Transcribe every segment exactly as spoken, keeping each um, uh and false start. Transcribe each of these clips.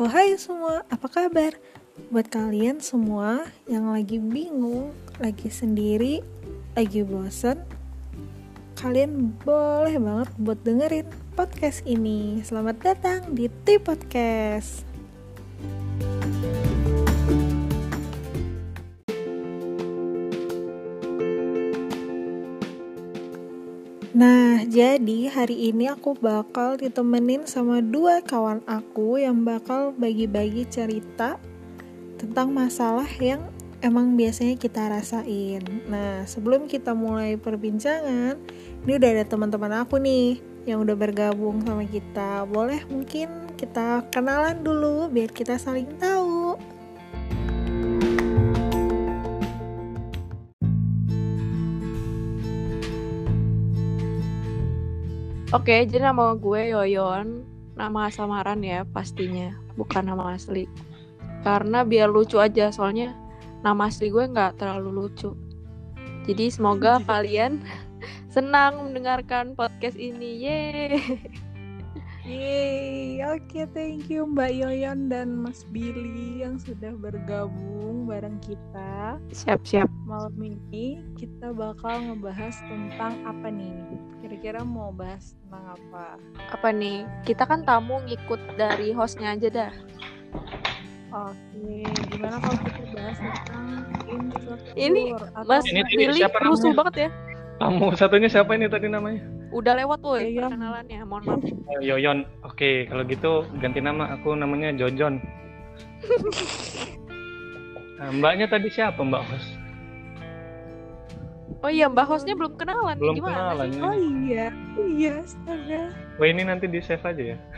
hai semua, apa kabar? Buat kalian semua yang lagi bingung, lagi sendiri, lagi bosen, kalian boleh banget buat dengerin podcast ini. Selamat datang di T Podcast. Nah, jadi hari ini aku bakal ditemenin sama dua kawan aku yang bakal bagi-bagi cerita tentang masalah yang emang biasanya kita rasain. Nah, sebelum kita mulai perbincangan, ini udah ada teman-teman aku nih yang udah bergabung sama kita. Boleh mungkin kita kenalan dulu biar kita saling tahu. Oke, jadi nama gue Yoyon, nama samaran ya pastinya, bukan nama asli. Karena biar lucu aja, soalnya nama asli gue nggak terlalu lucu. Jadi semoga kalian senang mendengarkan podcast ini, yeay. Yeay, oke okay, thank you Mbak Yoyon dan Mas Billy yang sudah bergabung bareng kita. Siap-siap. Malam ini kita bakal ngebahas tentang apa nih? Kira-kira mau bahas tentang apa? Apa nih? Kita kan tamu ngikut dari hostnya aja dah. Oke, gimana kalau kita bahas tentang instruktur? Ini Mas ini Billy rusuh banget ya? Kamu satunya siapa ini tadi namanya? Udah lewat tuh Yoyon. perkenalannya, mohon maaf. Oh, Yoyon. Oke, kalau gitu ganti nama. Aku namanya Jojon. Nah, mbaknya tadi siapa, Mbak host? Oh iya, Mbak hostnya belum kenalan. Belum Gimana kenalan. sih? Oh iya, iya astaga. Wah, ini nanti di save aja ya.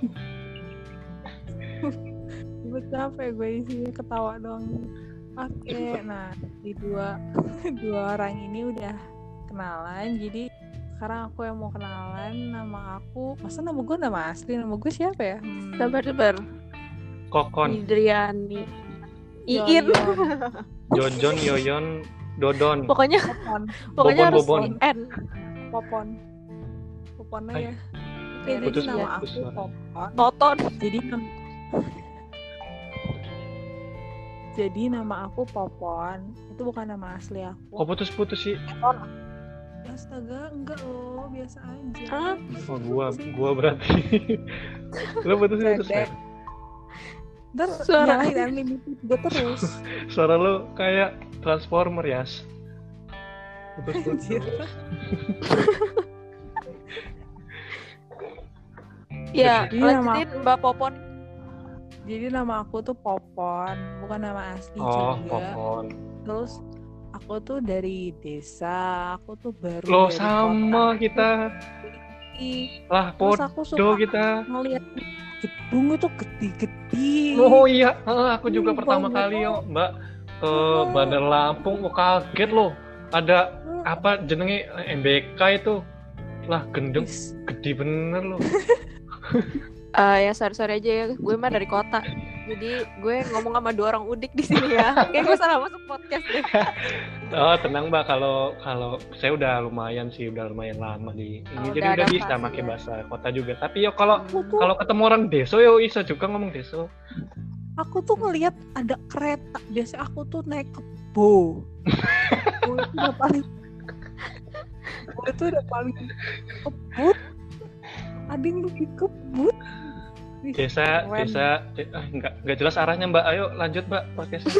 Gue capek gue isinya ketawa doang. Oke, nah di dua dua orang ini udah kenalan, jadi sekarang aku yang mau kenalan. Nama aku, masa nama gue nama asli, nama gue siapa ya? Hmm. Sabar-sabar. Kokon, Indriani, Iin. Jojon, Yoyon, Dodon. Pokoknya Popon, pokoknya Bobon, harus Bobon. N. Popon, Popon Hai. aja. Oke, Putus, jadi nama putus aku suara. Popon. Toton. Jadi nam- jadi nama aku Popon. Itu bukan nama asli aku. Kok putus-putus sih? Astaga, enggak loh, biasa aja. Hah? Oh, gua, gua berarti. Lo putus-putus Cedek. ya? Ntar Suara- nyalahin unlimited gue terus. Suara lo kayak Transformer, Yas. Putus-putus. Anjir. Ya, Jadi nama- lanjutin Mbak Popon. Jadi nama aku tuh Popon, bukan nama asli Oh, juga. Popon. Terus aku tuh dari desa, aku tuh baru Lo dari sama kota. kita. Ih, Lah, Terus aku podo suka kita. ngeliat gedung itu gede-gede. Oh iya, ah, aku juga Hmm, pertama banget. kali yo, Mbak, ke Oh. Bandar Lampung, oh, kaget loh. Ada apa jenenge M B K itu. Lah, gendeng Is, gede bener loh. Eh ya sorry-sorry aja ya, gue mah dari kota. Jadi gue ngomong sama dua orang udik di sini ya. Kayak gue salah masuk podcast deh. Oh, tenang Mbak, kalau kalau saya udah lumayan sih, udah lumayan lama di ini. Oh, Jadi udah udah bisa adaptasi pakai ya. bahasa kota juga. Tapi yo kalau aku tuh, kalau ketemu orang deso yo iso juga ngomong deso. aku tuh ngeliat ada kereta. Biasa aku tuh naik kebo. Kebo itu udah paling, kebo itu udah paling kebut. Ada yang lebih kebut. Wih, Desa, keren. desa, de- ah, enggak enggak jelas arahnya Mbak. Ayo lanjut Mbak podcastnya.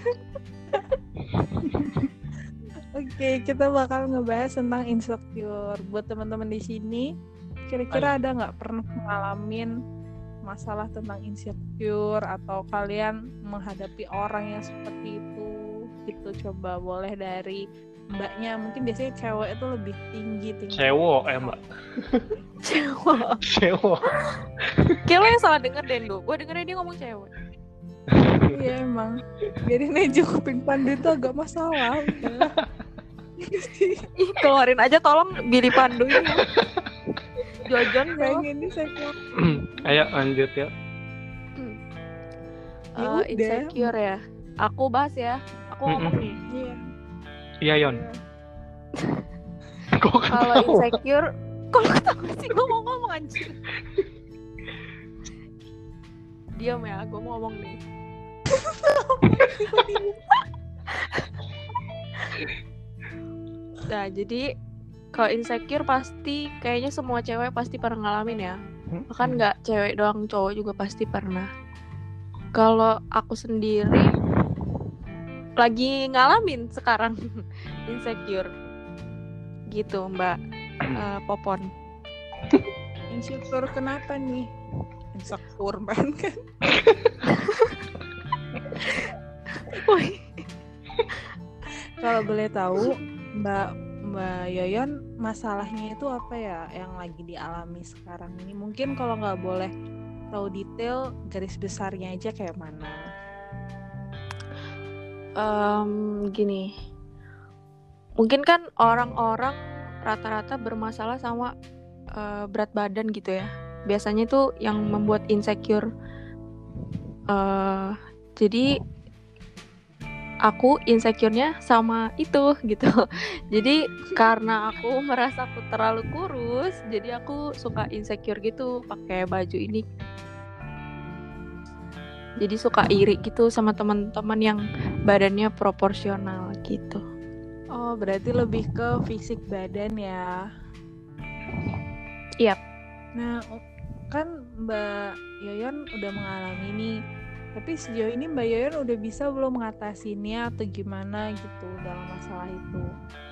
Oke, kita bakal ngebahas tentang insecure. Buat teman-teman di sini, kira-kira ada nggak pernah ngalamin masalah tentang insecure atau kalian menghadapi orang yang seperti itu? Gitu, coba boleh dari mbaknya. Mungkin biasanya cewek itu lebih tinggi tinggi. Cewek eh Mbak. Cewek. Cewek. Kayak lo yang salah denger deh lu. Gue dengernya dia ngomong cewek. Iya emang. Biarin aja kuping pandu itu agak masalah. Udah. Ih, keluarin aja tolong Billy Pandu ini. Jojon lo. Pengen nih saya keluar. Ayo lanjut ya. Ya Eh, udah. insecure ya. Aku bahas ya. Aku ngomong nih. Iya. Iya Yon. Kok Kalau ketawa? insecure, kalau ketawa sih gue mau ngomong anjir. diam ya, gue mau ngomong nih. Nah, jadi kalau insecure pasti kayaknya semua cewek pasti pernah ngalamin ya. Bahkan nggak cewek doang, cowok juga pasti pernah. Kalau aku sendiri lagi ngalamin sekarang insecure gitu, Mbak uh, Popon. Insecure kenapa nih? Insecure banget kan? Kalau boleh tahu, Mbak Mbak Yoyon, masalahnya itu apa ya yang lagi dialami sekarang ini? Mungkin kalau nggak boleh tahu detail, garis besarnya aja kayak mana? Um, gini, mungkin kan orang-orang rata-rata bermasalah sama uh, berat badan gitu ya. Biasanya tuh yang membuat insecure. Uh, jadi aku insecure-nya sama itu gitu. Jadi karena aku merasa aku terlalu kurus, jadi aku suka insecure gitu pakai baju ini. Jadi suka iri gitu sama teman-teman yang badannya proporsional gitu. Oh, berarti lebih ke fisik badan ya. Iya. Yep. Nah, kan Mbak Yoyon udah mengalami nih. Tapi sejauh ini Mbak Yoyon udah bisa belum mengatasinya atau gimana gitu dalam masalah itu?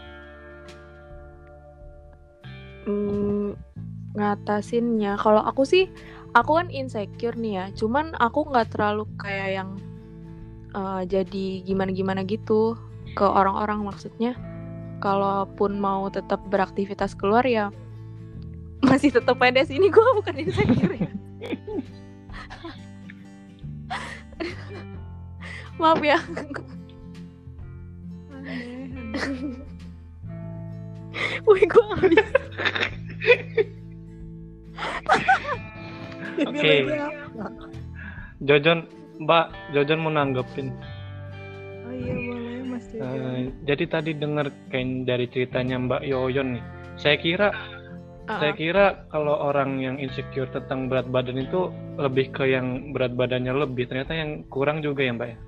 Hmm, ngatasinnya, kalau aku sih, aku kan insecure nih ya. Cuman aku nggak terlalu kayak yang uh, jadi gimana-gimana gitu ke orang-orang, maksudnya. Kalaupun mau tetap beraktivitas keluar ya masih tetap pede sih. Ini gue bukan insecure ya. Maaf ya. Wih, gue gak bisa. Oke. Jojon, Mbak, Jojon mau nanggepin. Oh iya, boleh Mas Jojon. Uh, jadi tadi dengar kayak dari ceritanya Mbak Yoyon nih. Saya kira uh-uh. saya kira kalau orang yang insecure tentang berat badan itu lebih ke yang berat badannya lebih, ternyata yang kurang juga ya, Mbak ya.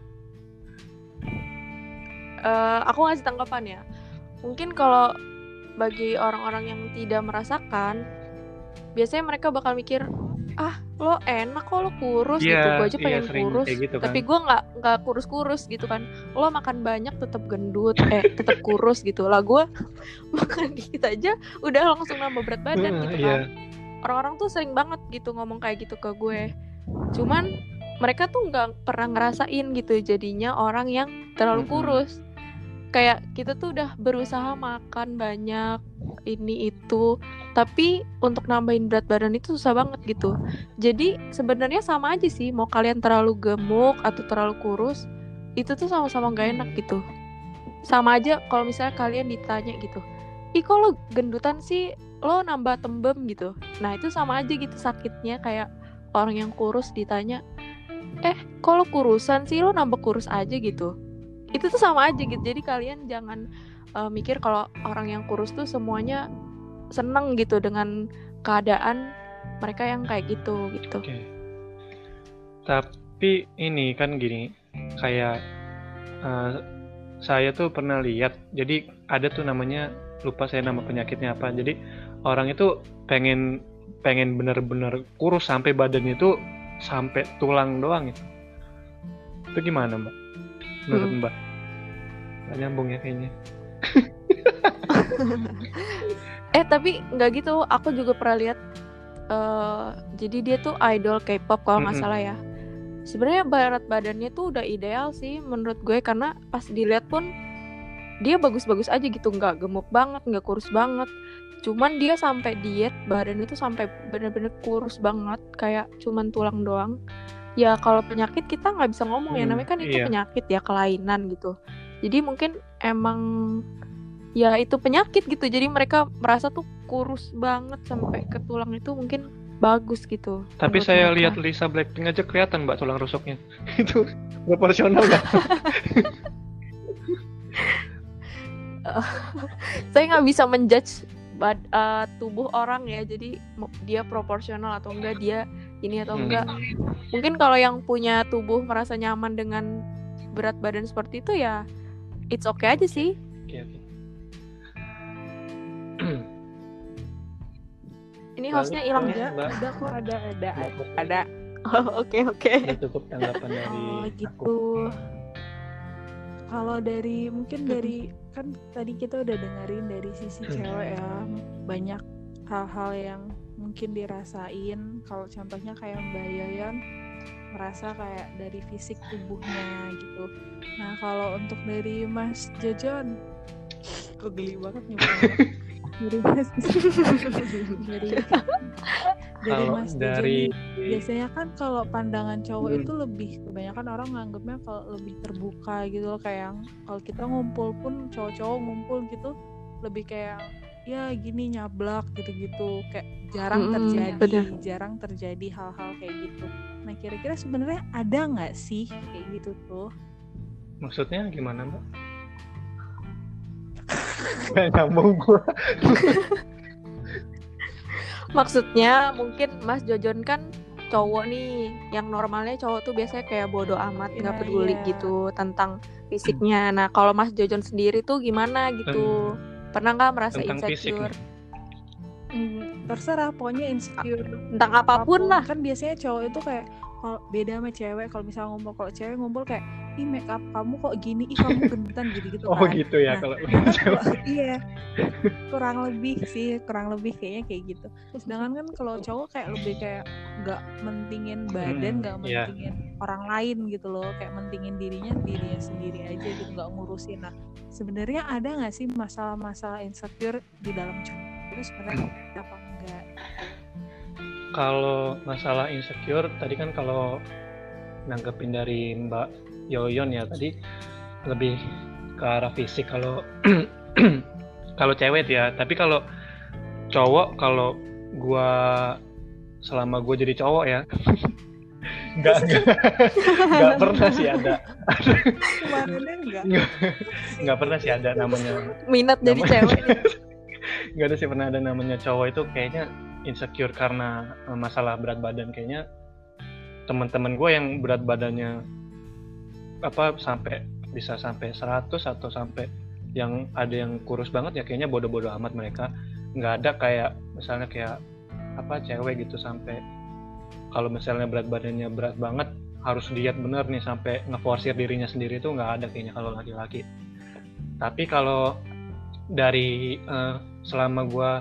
Uh, aku ngasih tanggapan ya. Mungkin kalau bagi orang-orang yang tidak merasakan, biasanya mereka bakal mikir, ah lo enak kok lo kurus yeah, gitu, gue aja pengen yeah, kurus, gitu kan. Tapi gue nggak nggak kurus-kurus gitu kan. Lo makan banyak tetap gendut, eh tetap kurus gitu lah. Gue makan dikit aja udah langsung nambah berat badan uh, gitu kan. Yeah. Orang-orang tuh sering banget gitu ngomong kayak gitu ke gue. Cuman mereka tuh nggak pernah ngerasain gitu jadinya orang yang terlalu kurus. Kayak kita tuh udah berusaha makan banyak ini itu, tapi untuk nambahin berat badan itu susah banget gitu. Jadi sebenarnya sama aja sih, mau kalian terlalu gemuk atau terlalu kurus, itu tuh sama-sama gak enak gitu. Sama aja kalau misalnya kalian ditanya gitu, ih kok lo gendutan sih, lo nambah tembem gitu. Nah itu sama aja gitu sakitnya, kayak orang yang kurus ditanya, eh kok lo kurusan sih, lo nambah kurus aja gitu. Itu tuh sama aja gitu. Jadi kalian jangan uh, mikir kalau orang yang kurus tuh semuanya seneng gitu dengan keadaan mereka yang kayak gitu gitu. Oke. Tapi ini kan gini, kayak uh, saya tuh pernah lihat. Jadi ada tuh namanya, lupa saya nama penyakitnya apa. Jadi orang itu pengen pengen bener-bener kurus sampai badannya itu sampai tulang doang gitu. Itu gimana, Mbak? Menurut hmm. Mbak? Gak nyambung ya kayaknya. Eh tapi nggak gitu, aku juga pernah lihat. Uh, jadi dia tuh idol K-pop kalau nggak mm-hmm. salah ya. Sebenarnya berat badannya tuh udah ideal sih menurut gue, karena pas dilihat pun dia bagus-bagus aja gitu, nggak gemuk banget, nggak kurus banget. Cuman dia sampai diet, badan itu sampai bener-bener kurus banget, kayak cuman tulang doang. Ya kalau penyakit kita nggak bisa ngomong ya, namanya kan itu iya. penyakit ya, kelainan gitu. Jadi mungkin emang ya itu penyakit gitu, jadi mereka merasa tuh kurus banget sampai ke tulang itu mungkin bagus gitu. Tapi saya mereka. Lihat Lisa Blackpink aja kelihatan Mbak tulang rusuknya. Itu proporsional nggak? uh, saya nggak bisa menjudge bad, uh, tubuh orang ya, jadi dia proporsional atau enggak, dia ini atau Hmm. enggak. Mungkin kalau yang punya tubuh merasa nyaman dengan berat badan seperti itu ya it's okay aja sih. Oke, oke. Ini Lalu, hostnya hilang ini ya? Ada, Mbak, ada kok, ada, ada, Mbak ada. Putri, Ada. Oh, oke oke. udah cukup tanggapan dari Oh aku. gitu. Kalau dari mungkin dari kan tadi kita udah dengerin dari sisi cewek ya, banyak hal-hal yang mungkin dirasain. Kalau contohnya kayak Mbak Yoyon merasa kayak dari fisik tubuhnya gitu. Nah kalau untuk dari Mas Jojon, kok geli banget nyebutnya. Dari Mas dari dari Kalau Mas Jojon dari nih, biasanya kan kalau pandangan cowok Hmm. itu lebih kebanyakan orang nganggapnya kalau lebih terbuka gitu loh, kayak yang kalau kita ngumpul pun cowok-cowok ngumpul gitu lebih kayak ya gini nyablak gitu-gitu, kayak jarang Mm-mm, terjadi bener. jarang terjadi hal-hal kayak gitu. Nah kira-kira sebenarnya ada nggak sih kayak gitu tuh? maksudnya gimana Mbak? Nggak nyambung gua. Maksudnya mungkin Mas Jojon kan cowok nih, yang normalnya cowok tuh biasanya kayak bodo amat, nggak Iya, peduli iya. gitu tentang fisiknya. Nah kalau Mas Jojon sendiri tuh gimana gitu? Pernah nggak merasa Tentang fisik insecure? nih. Hmm, terserah pokoknya insecure Tentang apapun lah. kan biasanya cowok itu kayak kalau beda sama cewek, kalau misalnya ngumpul, kalau cewek ngumpul kayak ih make up kamu kok gini, ih kamu gendutan gitu-gitu Oh kan. gitu ya Nah, kalau kan kalau iya kurang lebih sih, kurang lebih kayaknya kayak gitu. Sedangkan kan kalau cowok kayak lebih kayak nggak mentingin badan, Hmm, nggak iya. mentingin orang lain gitu loh, kayak mentingin dirinya dirinya sendiri aja gitu, nggak ngurusin. Nah sebenarnya ada nggak sih masalah-masalah insecure di dalam cowok itu sebenarnya apa enggak? Kalau masalah insecure tadi kan kalau nanggepin dari Mbak Yoyon ya tadi lebih ke arah fisik kalau kalau cewek ya. Tapi kalau cowok, kalau gua selama gua jadi cowok ya nggak nggak nggak pernah sih ada Kemarinnya enggak. nggak pernah sih ada namanya Minat jadi Namanya- cewek nih. nggak ada sih pernah ada namanya cowok itu kayaknya insecure karena eh, masalah berat badan. Kayaknya teman-teman gue yang berat badannya apa sampai bisa sampai seratus atau sampai yang ada yang kurus banget ya kayaknya bodoh-bodoh amat mereka. Nggak ada kayak misalnya kayak apa cewek gitu sampai kalau misalnya berat badannya berat banget harus diet bener nih sampai ngeforsir dirinya sendiri itu nggak ada kayaknya kalau laki-laki. Tapi kalau dari eh, selama gue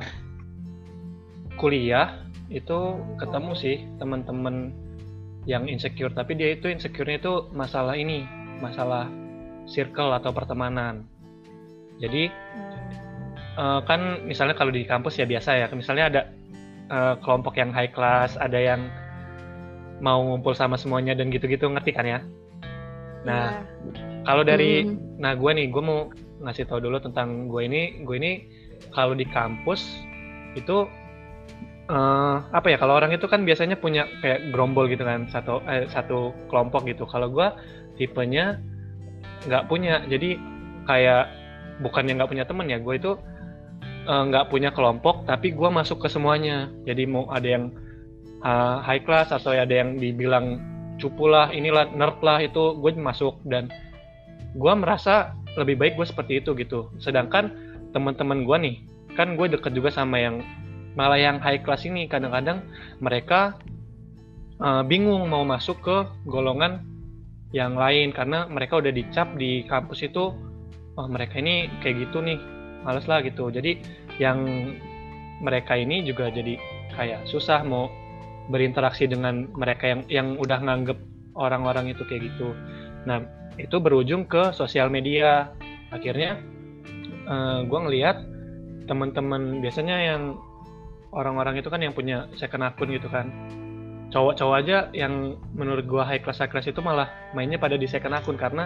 kuliah itu ketemu sih teman-teman yang insecure, tapi dia itu insecure-nya itu masalah ini, masalah circle atau pertemanan. Jadi eh, kan misalnya kalau di kampus ya biasa ya, misalnya ada eh, kelompok yang high class, ada yang mau ngumpul sama semuanya dan gitu-gitu, ngerti kan ya? Nah, kalau dari, Hmm. nah gue nih, gue mau ngasih tahu dulu tentang gue ini, gue ini kalau di kampus itu eh, apa ya? Kalau orang itu kan biasanya punya kayak gerombol gitu kan, satu eh, satu kelompok gitu. Kalau gue tipenya nggak punya, jadi kayak bukannya nggak punya temen ya, gue itu eh, nggak punya kelompok, tapi gue masuk ke semuanya. Jadi mau ada yang uh, high class atau ada yang dibilang cupu lah, inilah nerd lah, itu gue masuk dan gue merasa lebih baik gue seperti itu gitu. Sedangkan teman-teman gue nih, kan gue deket juga sama yang malah yang high class ini, kadang-kadang mereka uh, bingung mau masuk ke golongan yang lain karena mereka udah dicap di kampus itu, oh mereka ini kayak gitu nih, males lah gitu. Jadi yang mereka ini juga jadi kayak susah mau berinteraksi dengan mereka yang yang udah nganggep orang-orang itu kayak gitu. Nah itu berujung ke sosial media. Akhirnya uh, gue ngelihat teman-teman biasanya yang orang-orang itu kan yang punya second akun gitu kan, cowok-cowok aja yang menurut gue high class high class itu malah mainnya pada di second akun karena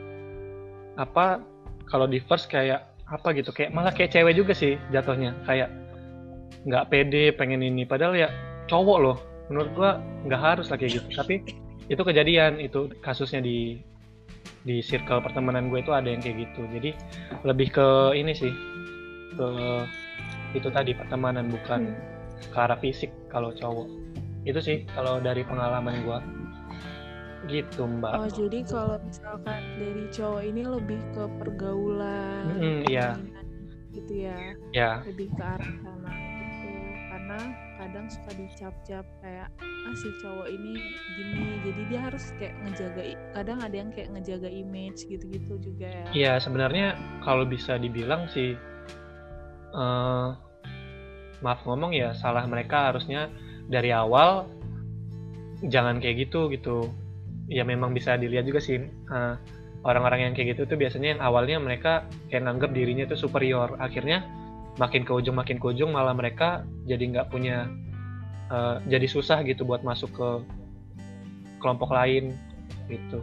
apa, kalau di first kayak apa gitu, kayak malah kayak cewek juga sih jatuhnya, kayak nggak pede pengen ini, padahal ya cowok loh. Menurut gua nggak harus lah kayak gitu, tapi itu kejadian, itu kasusnya di di circle pertemanan gue itu ada yang kayak gitu. Jadi lebih ke ini sih, ke itu tadi pertemanan, bukan ke arah fisik kalau cowok. Itu sih kalau dari pengalaman gue gitu Mbak. Oh jadi kalau misalkan dari cowok ini lebih ke pergaulan, Mm, iya. gitu ya, Ya. lebih ke arah sana gitu. Karena kadang suka dicap-cap kayak ah si cowok ini gini, jadi dia harus kayak ngejaga, kadang ada yang kayak ngejaga image gitu-gitu juga ya. Iya sebenarnya kalau bisa dibilang sih uh, maaf ngomong ya salah mereka, harusnya dari awal jangan kayak gitu gitu. Ya memang bisa dilihat juga sih uh, orang-orang yang kayak gitu tuh biasanya yang awalnya mereka kayak nganggap dirinya itu superior, akhirnya makin ke ujung makin ke ujung malah mereka jadi nggak punya uh, jadi susah gitu buat masuk ke kelompok lain gitu.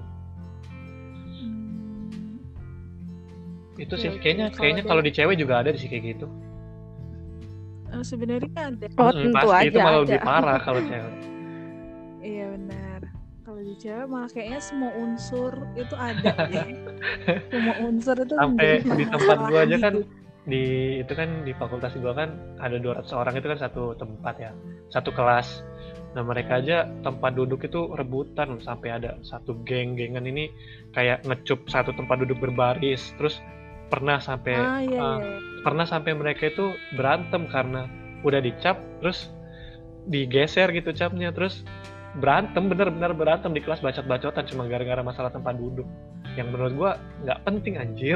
Hmm. Itu Oke, sih oke. kayaknya Kalau kayaknya dari- kalau di cewek juga ada sih kayak gitu. Eh, sebenarnya ada. Oh, Mm, tentu pasti aja itu malah ada. lebih parah kalau cewek. Iya benar. Kalau di cewek malah kayaknya semua unsur itu ada ya. Semua unsur itu Sampai menjadi di tempat masalah gua aja kan gitu. di itu kan di fakultas gua kan ada dua ratus orang itu kan satu tempat ya, satu kelas. Nah mereka aja tempat duduk itu rebutan sampai ada satu geng-gengan ini kayak ngecup satu tempat duduk berbaris, terus pernah sampai Ah iya uh, iya. pernah sampai mereka itu berantem karena udah dicap terus digeser gitu capnya, terus berantem bener-bener berantem di kelas bacot-bacotan cuma gara-gara masalah tempat duduk yang menurut gua nggak penting anjir.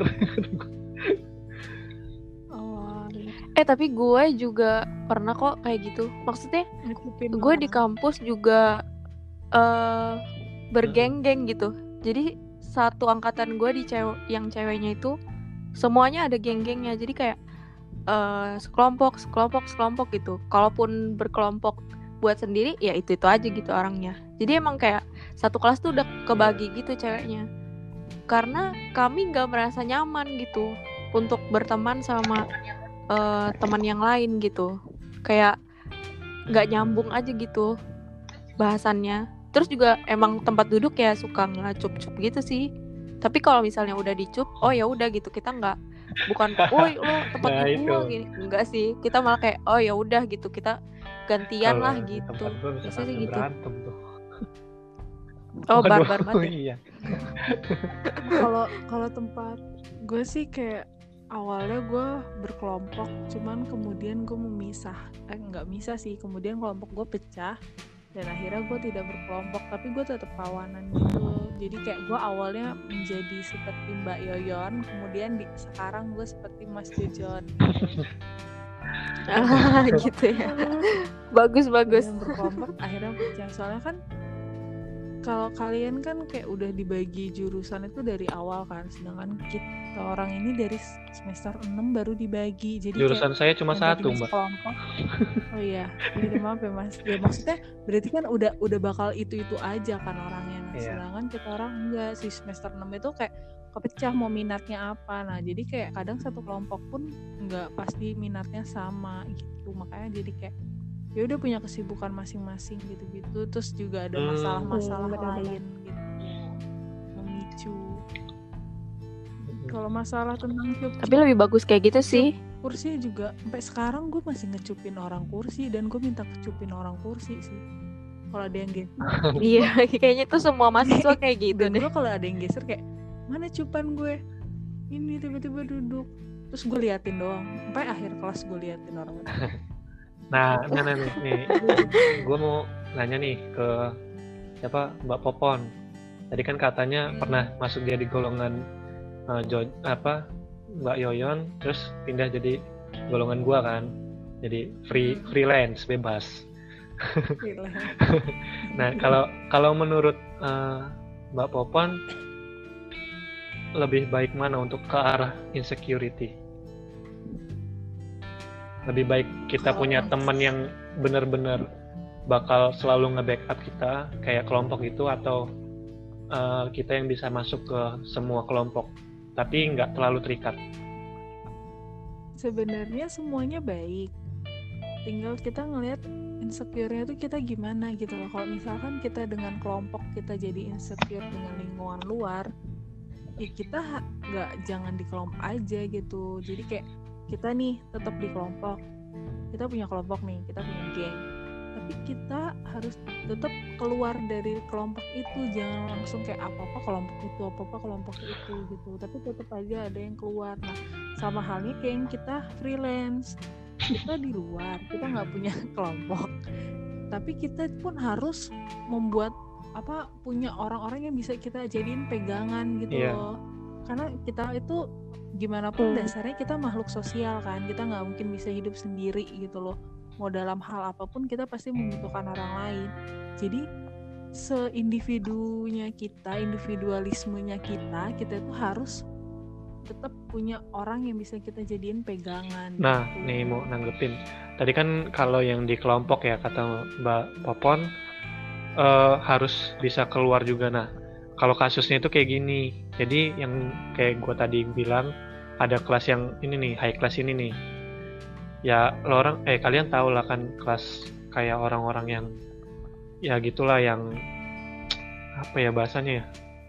Oh, Eh tapi gue juga pernah kok kayak gitu. Maksudnya ngecupin gue di orang. kampus juga eh bergeng-geng gitu. Jadi satu angkatan gue di cewek yang ceweknya itu semuanya ada geng-gengnya. Jadi kayak eh sekelompok, sekelompok, sekelompok gitu. Kalaupun berkelompok buat sendiri ya itu itu aja gitu orangnya. Jadi emang kayak satu kelas tuh udah kebagi gitu ceweknya. Karena kami nggak merasa nyaman gitu untuk berteman sama uh, teman yang lain gitu, kayak nggak nyambung aja gitu bahasannya. Terus juga emang tempat duduk ya suka ngecup-cup gitu sih. Tapi kalau misalnya udah dicup, oh ya udah gitu, kita nggak bukan woi lo tempat Nah, duduk gua itu. gini, enggak sih, kita malah kayak oh ya udah gitu, kita gantian Kalau lah di gitu. tempat gua bisa Biasanya sampai sih gitu. berantem tuh. Oh Waduh, barbar banget ya. iya. Kalau kalau tempat gue sih kayak awalnya gue berkelompok, cuman kemudian gue memisah, eh nggak misah sih, kemudian kelompok gue pecah dan akhirnya gue tidak berkelompok, tapi gue tetap kawanan gitu. Jadi kayak gue awalnya menjadi seperti Mbak Yoyon, kemudian di, sekarang gue seperti Mas Jojon. Ah, gitu ya. Bagus bagus. Kemudian berkelompok akhirnya pecah, soalnya kan kalau kalian kan kayak udah dibagi jurusan itu dari awal kan, sedangkan kita orang ini dari semester enam baru dibagi. Jadi Jurusan kayak saya cuma yang satu, tadinya Mbak. sekelompok. Oh iya, iya maaf ya Mas. Ya maksudnya berarti kan udah udah bakal itu-itu aja kan orangnya. Nah, Iya. sedangkan kita orang enggak, si semester enam itu kayak kepecah mau minatnya apa. Nah, jadi kayak kadang satu kelompok pun enggak pasti minatnya sama gitu. Makanya jadi kayak ya udah punya kesibukan masing-masing gitu-gitu, terus juga ada Hmm. masalah-masalah Hmm, benar-benar. lain gitu memicu. Kalau masalah tentang cup Tapi lebih bagus kayak gitu sih. kursi juga sampai sekarang gue masih ngecupin orang kursi dan gue minta kecupin orang kursi sih. Kalau ada yang geser, Iya, kayaknya tuh semua mahasiswa kayak gitu dan deh. gue kalau ada yang geser kayak mana cupan gue, ini tiba-tiba duduk, terus gue liatin doang. Sampai akhir kelas gue liatin orang. Nah, nah, nah, nih, nih. Gue mau nanya nih ke siapa, Mbak Popon. Tadi kan katanya Hmm. pernah masuk dia di golongan uh, Jo- apa Mbak Yoyon, terus pindah jadi golongan gua kan, jadi free freelance bebas. Gila. Nah, kalau kalau menurut uh, Mbak Popon lebih baik mana untuk ke arah insecurity? Lebih baik kita Kalau punya ins- teman yang benar-benar bakal selalu nge-backup kita kayak kelompok itu, atau uh, kita yang bisa masuk ke semua kelompok tapi nggak terlalu terikat? Sebenarnya semuanya baik, tinggal kita ngelihat insecure-nya tuh kita gimana gitu loh. Kalau misalkan kita dengan kelompok kita jadi insecure dengan lingkungan luar, ya kita ha- nggak jangan di kelompok aja gitu. Jadi kayak kita nih tetap di kelompok, kita punya kelompok nih, kita punya geng, tapi kita harus tetap keluar dari kelompok itu, jangan langsung kayak apa-apa kelompok itu, apa-apa kelompok itu gitu, tapi tetap aja ada yang keluar. Nah sama halnya kayak yang kita freelance, kita di luar, kita nggak punya kelompok, tapi kita pun harus membuat apa punya orang-orang yang bisa kita jadiin pegangan gitu Iya. loh, karena kita itu gimana pun Hmm. dasarnya kita makhluk sosial kan, kita nggak mungkin bisa hidup sendiri gitu loh, mau dalam hal apapun kita pasti membutuhkan orang lain. Jadi seindividunya kita, individualismenya kita, kita itu harus tetap punya orang yang bisa kita jadiin pegangan Nah, gitu. nih mau nanggepin. Tadi kan kalau yang di kelompok ya kata Mbak Popon eh, harus bisa keluar juga. Nah, kalau kasusnya itu kayak gini. Jadi yang kayak gue tadi bilang ada kelas yang ini nih, high class ini nih. Ya, lo orang eh kalian tahu lah kan kelas kayak orang-orang yang ya gitulah yang apa ya bahasanya ya?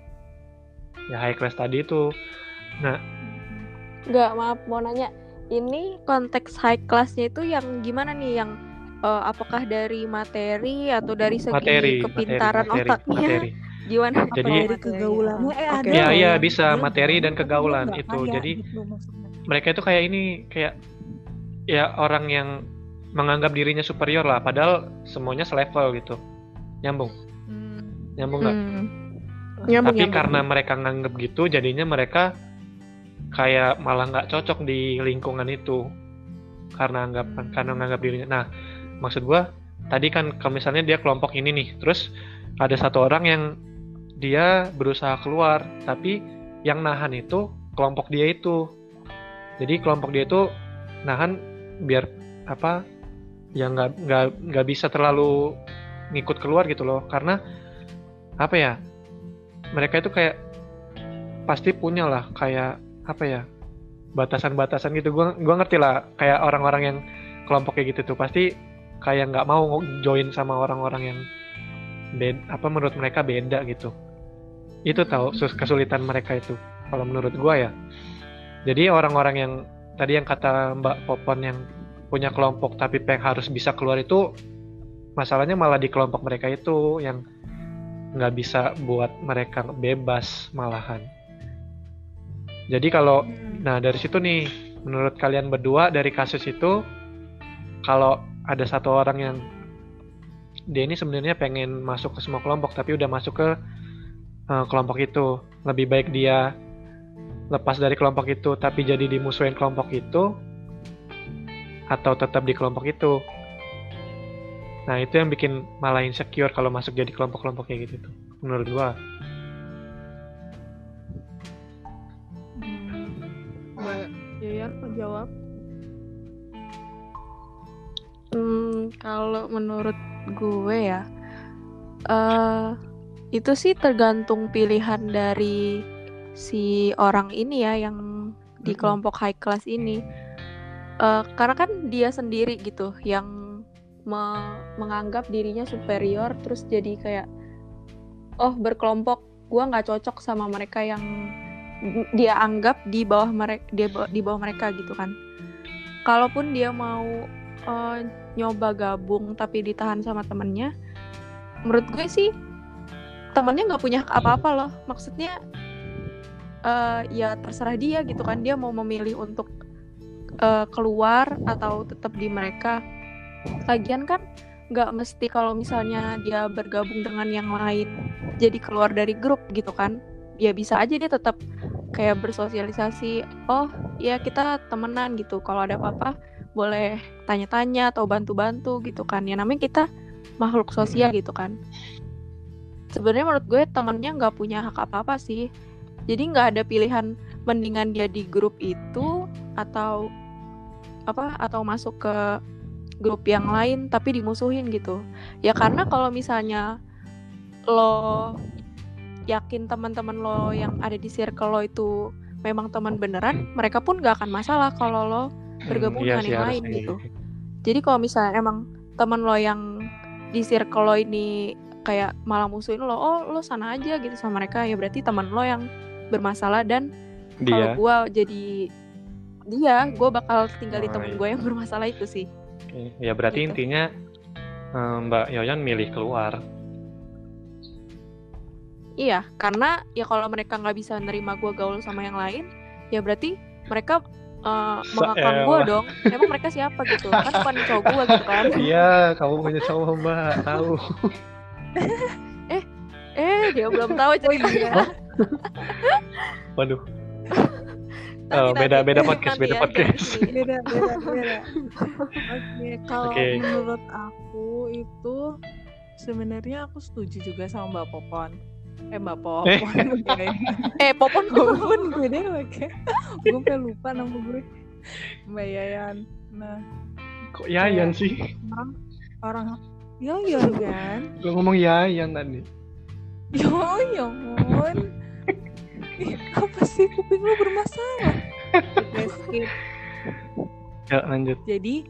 Ya high class tadi itu. Nah, Nggak, maaf mau nanya. Ini konteks high class-nya itu yang gimana nih? Yang eh, apakah dari materi atau dari segi materi, kepintaran materi, materi, otaknya? materi. Gimana? Jadi- Apa dari materinya? kegaulannya eh Oke. ada Iya, loh iya, yang bisa. dia Materi gaul, dan tapi dia kegaulan nggak itu. kaya Jadi, gitu maksudnya. mereka itu kayak ini kayak ya orang yang menganggap dirinya superior lah, padahal semuanya selevel gitu. Nyambung, Hmm. nyambung nggak? Hmm. Nyambung, Tapi nyambung. karena mereka nganggap gitu, jadinya mereka kayak malah nggak cocok di lingkungan itu karena anggap Hmm. karena nganggap dirinya. Nah, maksud gua tadi kan kalau misalnya dia kelompok ini nih, terus ada satu orang yang dia berusaha keluar, tapi yang nahan itu kelompok dia itu. Jadi kelompok dia itu nahan biar apa? Ya nggak nggak nggak bisa terlalu ngikut keluar gitu loh, karena apa ya? Mereka itu kayak pasti punya lah kayak apa ya? Batasan-batasan gitu. Gua gua ngerti lah kayak orang-orang yang kelompok kayak gitu tuh pasti kayak nggak mau join sama orang-orang yang beda, apa menurut mereka beda gitu. Itu tahu sus- kesulitan mereka itu kalau menurut gua ya. Jadi orang-orang yang tadi yang kata Mbak Popon yang punya kelompok tapi peng harus bisa keluar itu masalahnya malah di kelompok mereka itu yang nggak bisa buat mereka bebas malahan. Jadi kalau nah dari situ nih menurut kalian berdua dari kasus itu kalau ada satu orang yang dia ini sebenarnya pengen masuk ke semua kelompok tapi udah masuk ke uh, kelompok itu, lebih baik dia lepas dari kelompok itu tapi jadi dimusuhin kelompok itu atau tetap di kelompok itu. Nah itu yang bikin malah insecure kalau masuk jadi kelompok-kelompok kayak gitu tuh menurut gua. Hmm. Mbak Yayan mau jawab? Hmm, kalau menurut gue ya, eh itu sih tergantung pilihan dari si orang ini ya yang di Mm-mm. kelompok high class ini. Eh, karena kan dia sendiri gitu yang me- menganggap dirinya superior, terus jadi kayak oh berkelompok, gue nggak cocok sama mereka yang dia anggap di bawah mereka, dia di bawah mereka gitu kan. Kalaupun dia mau uh, nyoba gabung tapi ditahan sama temennya, menurut gue sih temennya nggak punya hak apa-apa loh. Maksudnya uh, ya terserah dia gitu kan, dia mau memilih untuk uh, keluar atau tetap di mereka. Lagian kan nggak mesti kalau misalnya dia bergabung dengan yang lain jadi keluar dari grup gitu kan. Ya bisa aja dia tetap kayak bersosialisasi, oh ya kita temenan gitu, kalau ada apa-apa boleh tanya-tanya atau bantu-bantu gitu kan. Ya namanya kita makhluk sosial gitu kan. Sebenarnya menurut gue temennya nggak punya hak apa-apa sih. Jadi nggak ada pilihan mendingan dia di grup itu atau apa atau masuk ke grup yang lain tapi dimusuhin gitu. Ya karena kalau misalnya lo yakin teman-teman lo yang ada di circle lo itu memang teman beneran, mereka pun gak akan masalah kalau lo bergabung Hmm, iya dengan sih, yang lain harusnya gitu. gitu. Jadi kalau misalnya emang teman lo yang di circle lo ini kayak malah musuhin lo, oh lo sana aja gitu sama mereka, ya berarti teman lo yang bermasalah. Dan kalau Dia gue jadi dia, gue bakal tinggal di Oh, temen iya. gue yang bermasalah itu sih. Oke, ya berarti Gitu. intinya eh, Mbak Yoyan milih keluar. Iya, karena ya kalau mereka nggak bisa nerima gue gaul sama yang lain, ya berarti mereka uh, mengekang gue Saelah. dong. Emang mereka siapa gitu? Kan bukan cowok gue gitu kan? Iya, kamu punya cowok Mbak, tahu. Eh, dia belum tahu ceritanya. Waduh. Nanti, Oh, beda nanti, beda nanti podcast, ya, beda podcast. ganti. beda beda beda oke kalau Oke. menurut aku itu sebenarnya aku setuju juga sama Mbak Popon eh Mbak Popon Eh. Eh, Popon gue. Popon gue deh oke gue sampai lupa nama gue Mbak Yayan. Nah Kok Yayan sih? orang orang Yoyon kan Gue ngomong Yayan tadi. Yoyon Ih, apa sih kuping lu bermasalah? Oke, skip. Ya, lanjut. Jadi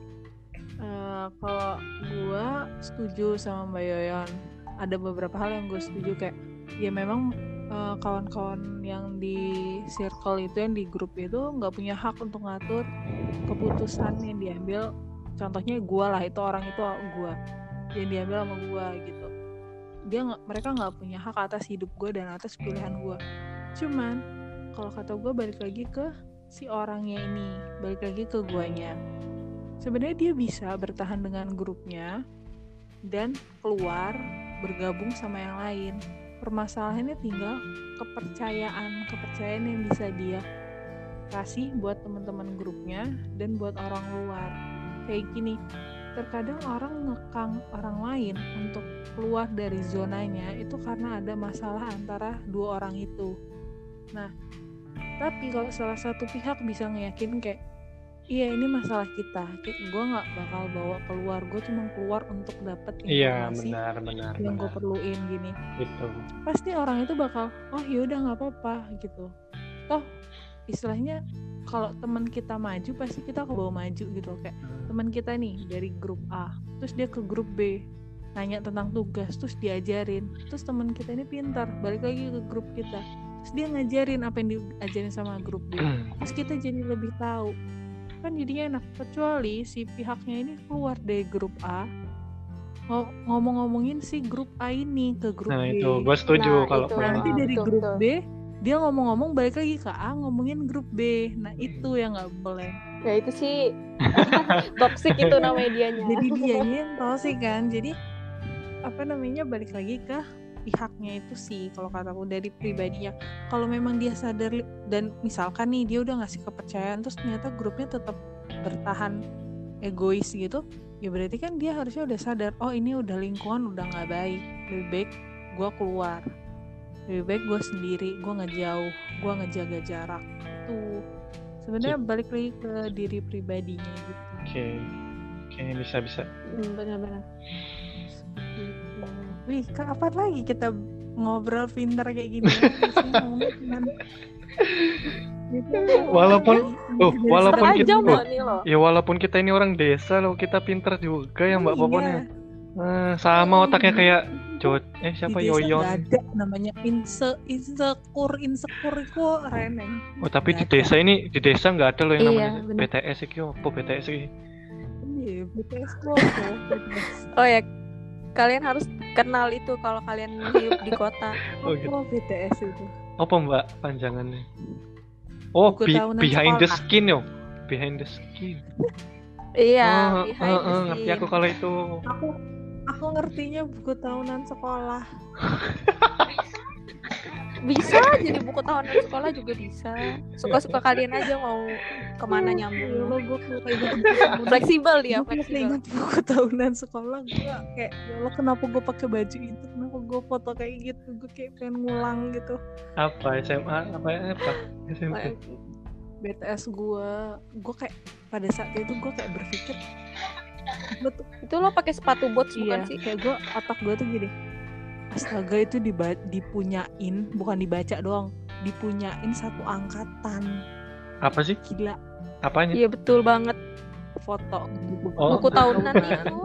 uh, kalau gue setuju sama Mbak Yoyon, ada beberapa hal yang gue setuju kayak ya memang uh, kawan-kawan yang di circle itu, yang di grup itu nggak punya hak untuk ngatur keputusan yang diambil. Contohnya gue lah, itu orang itu gue yang diambil sama gue gitu. Dia nggak, mereka nggak punya hak atas hidup gue dan atas pilihan gue. Cuman kalau kata gue balik lagi ke si orangnya ini, balik lagi ke guanya. Sebenarnya dia bisa bertahan dengan grupnya dan keluar bergabung sama yang lain. Permasalahannya tinggal kepercayaan, kepercayaan yang bisa dia kasih buat teman-teman grupnya dan buat orang luar. Kayak gini, terkadang orang ngekang orang lain untuk keluar dari zonanya itu karena ada masalah antara dua orang itu. Nah, tapi kalau salah satu pihak bisa ngeyakin kayak iya ini masalah kita, kayak gue nggak bakal bawa keluar, gue cuma keluar untuk dapet Iya, informasi benar, benar, yang gue benar. perluin gini. Gitu. Pasti orang itu bakal oh yaudah nggak apa-apa gitu. Toh istilahnya kalau teman kita maju pasti kita kebawa maju gitu. Kayak teman kita nih dari grup A, terus dia ke grup B, nanya tentang tugas, terus diajarin, terus teman kita ini pintar, balik lagi ke grup kita, terus dia ngajarin apa yang diajarin sama grup B, terus kita jadi lebih tahu, kan jadinya enak. Kecuali si pihaknya ini keluar dari grup A, ng- ngomong-ngomongin si grup A ini ke grup Nah, B, itu gue setuju Nah, kalau itu. kalau- nanti dari Betul, grup betul. B dia ngomong-ngomong balik lagi ke A ngomongin grup B. Nah itu yang nggak boleh. Ya itu sih toxic itu namanya dianya. Jadi dianya yang toxic kan. Jadi apa namanya, balik lagi ke pihaknya itu sih kalau kataku dari pribadinya. Kalau memang dia sadar li- dan misalkan nih dia udah ngasih kepercayaan terus ternyata grupnya tetap bertahan egois gitu, ya berarti kan dia harusnya udah sadar, oh ini udah lingkungan udah nggak baik, lebih baik gue keluar, lebih baik gue sendiri, gue ngejauh, gue ngejaga jarak. Tuh sebenarnya balik lagi ke diri pribadinya gitu. Oke, oke, bisa bisa. Hmm, benar-benar. Wih, kapan lagi kita ngobrol pintar kayak gini? Bisa ngomong cuman gitu. Walaupun, oh, Dari walaupun setengah kita- Setengah jam jam loh nih loh. Ya walaupun kita ini orang desa loh, kita pinter juga ya Mbak Iya. Popon ya. Nah, sama otaknya kayak Jod, eh siapa Di desa Yoyon? nggak ada namanya inse insekur insekur itu reneng. Oh tapi di Nggak ada. desa ini, di desa nggak ada loh yang Iya, namanya bener. B T S iki apa B T S iki? Iya, B T S kok. B T S. Oh ya, kalian harus kenal itu kalau kalian hidup di kota. Oh gitu. Oh, B T S itu. Apa Mbak panjangannya? Oh, Buku be- tahunan behind the sekolah. skin yo. Behind the skin. Iya, oh, behind oh, the oh, ngerti scene. aku kalau itu. Aku aku ngertinya buku tahunan sekolah. Bisa jadi buku tahunan sekolah juga bisa. Suka-suka kalian aja mau kemana Ya nyambung. Allah, gue kalau ingat buku tahunan- Fleksibel dia, gue kalau fleksibel. ingat buku tahunan sekolah, gue kayak ya Allah kenapa gue pakai baju itu, kenapa gue foto kayak gitu, gue kayak pengen ngulang gitu. Apa S M A apa apa? S M P. B T S gue, gue kayak pada saat itu gue kayak berpikir, gue tuh Itu lo pakai sepatu boots bukan iya, sih? kayak gue otak gue tuh gini, astaga itu diba- dipunyain, bukan dibaca doang, dipunyain satu angkatan, Apa sih? gila. Apanya? Iya betul banget. Foto buku, Oh. Buku tahunan itu.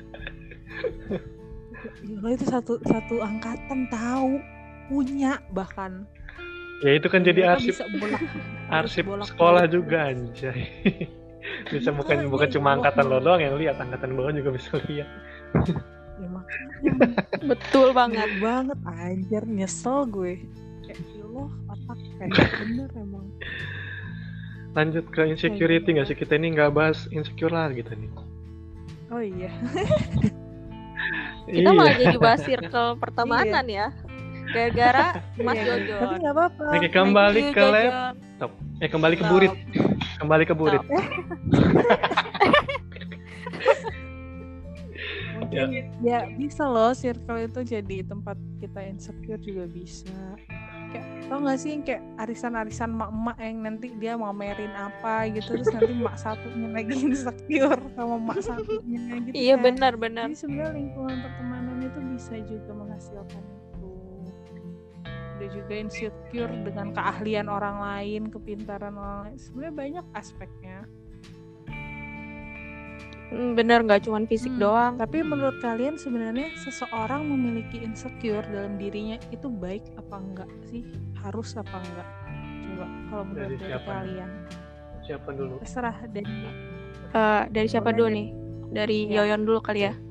gila itu satu satu angkatan tahu punya bahkan. Ya itu kan jadi Mereka arsip bisa bolak- arsip bolak-balik. sekolah juga anjay. Bisa bukan Makanya, bukan cuma ya angkatan lo Allah. doang yang lihat, angkatan bawah juga bisa lihat. Ya makanya Betul banget. bener banget anjir, nyesel gue. Kayak ya Allah, otak pendek bener emang. Lanjut ke insecurity nggak sih? Kita ini nggak bahas insecure lah gitu nih. Oh iya. Kita Iya. malah jadi bahas circle pertemanan ya. Gara-gara Mas Iya, Jojon. tapi nggak apa-apa. Oke, kembali Thank you, ke lab. Jojon. Stop. Eh kembali ke Stop. burit. Kembali ke burit. Mungkin ya bisa loh circle itu jadi tempat kita insecure juga bisa. Kayak tau gak sih yang kayak arisan-arisan mak-mak yang nanti dia mamerin apa gitu, terus nanti mak satunya lagi insecure sama mak satunya gitu. Iya kan. benar-benar. Jadi sebenarnya lingkungan pertemanan itu bisa juga menghasilkan itu. Ada juga insecure dengan keahlian orang lain, kepintaran orang lain. Sebenarnya banyak aspeknya. Hmm, bener, nggak cuma fisik Hmm, doang. Tapi menurut kalian sebenarnya seseorang memiliki insecure dalam dirinya itu baik apa enggak sih? Harus apa enggak? Coba kalau menurut Dari dari siapa nih? kalian. Siapa dulu? Terserah dari Eh, dari siapa Boleh dulu deh. nih? Dari Ya. Yoyon dulu kali ya.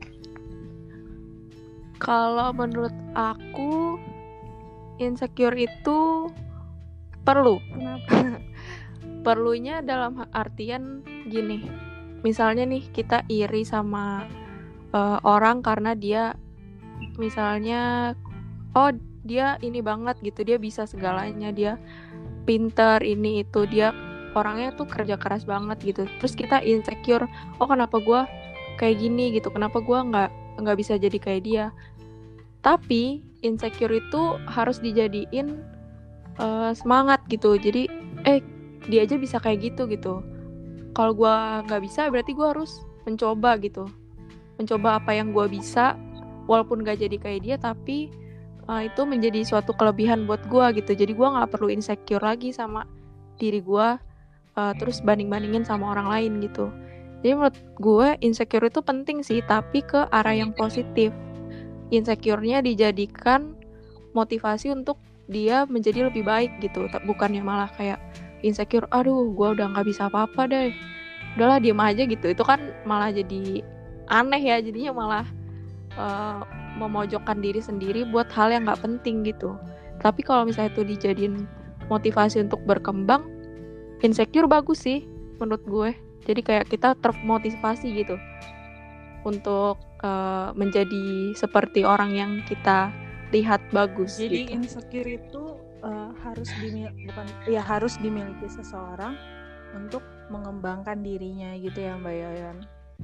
Kalau menurut aku insecure itu perlu. kenapa? Perlunya dalam artian gini. Misalnya nih kita iri sama eh, orang karena dia misalnya oh dia ini banget gitu, dia bisa segalanya, dia pinter ini itu, dia orangnya tuh kerja keras banget gitu. Terus kita insecure, oh kenapa gue kayak gini gitu, kenapa gue nggak nggak bisa jadi kayak dia. Tapi insecure itu harus dijadiin eh, semangat gitu. Jadi eh dia aja bisa kayak gitu gitu. Kalau gue nggak bisa berarti gue harus mencoba gitu, mencoba apa yang gue bisa walaupun nggak jadi kayak dia, tapi uh, itu menjadi suatu kelebihan buat gue gitu. Jadi gue nggak perlu insecure lagi sama diri gue, uh, terus banding-bandingin sama orang lain gitu. Jadi menurut gue insecure itu penting sih, tapi ke arah yang positif. Insecure-nya dijadikan motivasi untuk dia menjadi lebih baik gitu, bukannya malah kayak insecure, aduh gue udah nggak bisa apa-apa deh, udahlah diem aja gitu. Itu kan malah jadi aneh ya, jadinya malah uh, memojokkan diri sendiri buat hal yang nggak penting gitu. Tapi kalau misalnya itu dijadiin motivasi untuk berkembang, insecure bagus sih menurut gue. Jadi kayak kita termotivasi gitu untuk uh, menjadi seperti orang yang kita lihat bagus. Jadi gitu. insecure itu uh, harus dimil- bukan ya harus dimiliki seseorang untuk mengembangkan dirinya gitu ya Mbak Yoyon.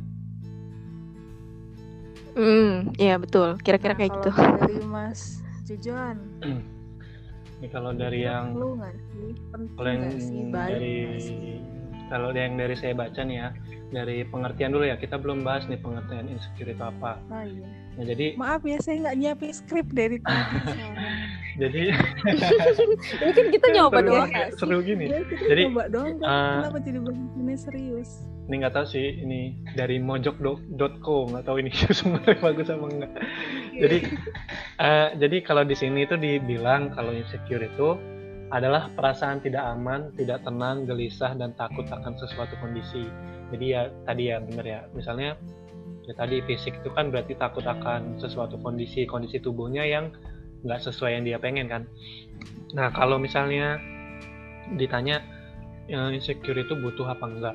Hmm, iya betul. Kira-kira Nah, kayak gitu. kalau dari Mas Jojon, Ini kalau dari yang perlu nggak sih? Penting kalau yang nggak sih? Baik dari nggak sih? kalau yang dari saya baca nih ya, dari pengertian dulu ya, kita belum bahas nih pengertian insecure itu apa. Oh, iya. Nah, jadi Maaf ya saya nggak nyiapin skrip dari tadi. jadi Mungkin kita nyoba seru, doang. kayak seru gini. Ya, kita Jadi, coba doang kan. uh, Kenapa jadi bahasannya serius? Ini nggak tahu sih, ini dari mojok dot co, nggak tahu ini sumbernya bagus apa enggak. Jadi uh, jadi kalau di sini itu dibilang kalau insecure itu adalah perasaan tidak aman, tidak tenang, gelisah dan takut akan sesuatu kondisi. Jadi ya tadi ya benar ya, misalnya ya tadi fisik itu kan berarti takut akan sesuatu kondisi, kondisi tubuhnya yang nggak sesuai yang dia pengen kan. Nah kalau misalnya ditanya insecure itu butuh apa enggak,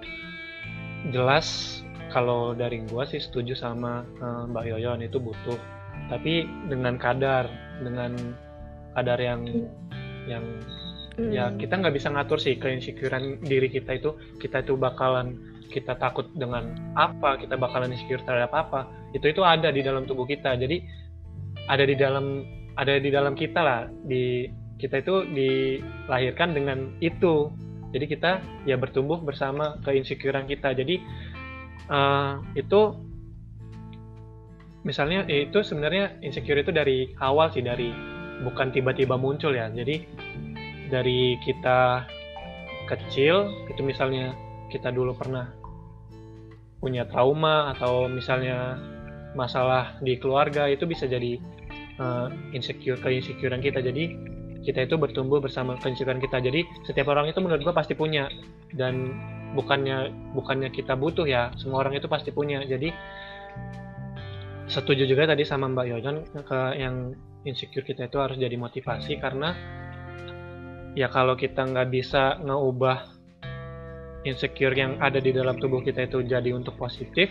jelas kalau dari gua sih setuju sama uh, Mbak Yoyon, itu butuh, tapi dengan kadar, dengan kadar yang yang Hmm. ya kita nggak bisa ngatur sih keinsecurean diri kita itu, kita itu bakalan kita takut dengan apa, kita bakalan insecure terhadap apa, itu itu ada di dalam tubuh kita. Jadi ada di dalam ada di dalam kita lah, di kita itu dilahirkan dengan itu. Jadi kita ya bertumbuh bersama keinsecurean kita. Jadi uh, itu misalnya itu sebenarnya insecure itu dari awal sih, dari bukan tiba-tiba muncul ya. Jadi dari kita kecil itu, misalnya kita dulu pernah punya trauma atau misalnya masalah di keluarga, itu bisa jadi uh, insecure keinsecurean kita. Jadi kita itu bertumbuh bersama keinsecurean kita. Jadi setiap orang itu menurut gua pasti punya, dan bukannya bukannya kita butuh ya, semua orang itu pasti punya. Jadi setuju juga tadi sama Mbak Yoyon ke yang insecure kita itu harus jadi motivasi, karena ya kalau kita nggak bisa ngeubah insecure yang ada di dalam tubuh kita itu jadi untuk positif,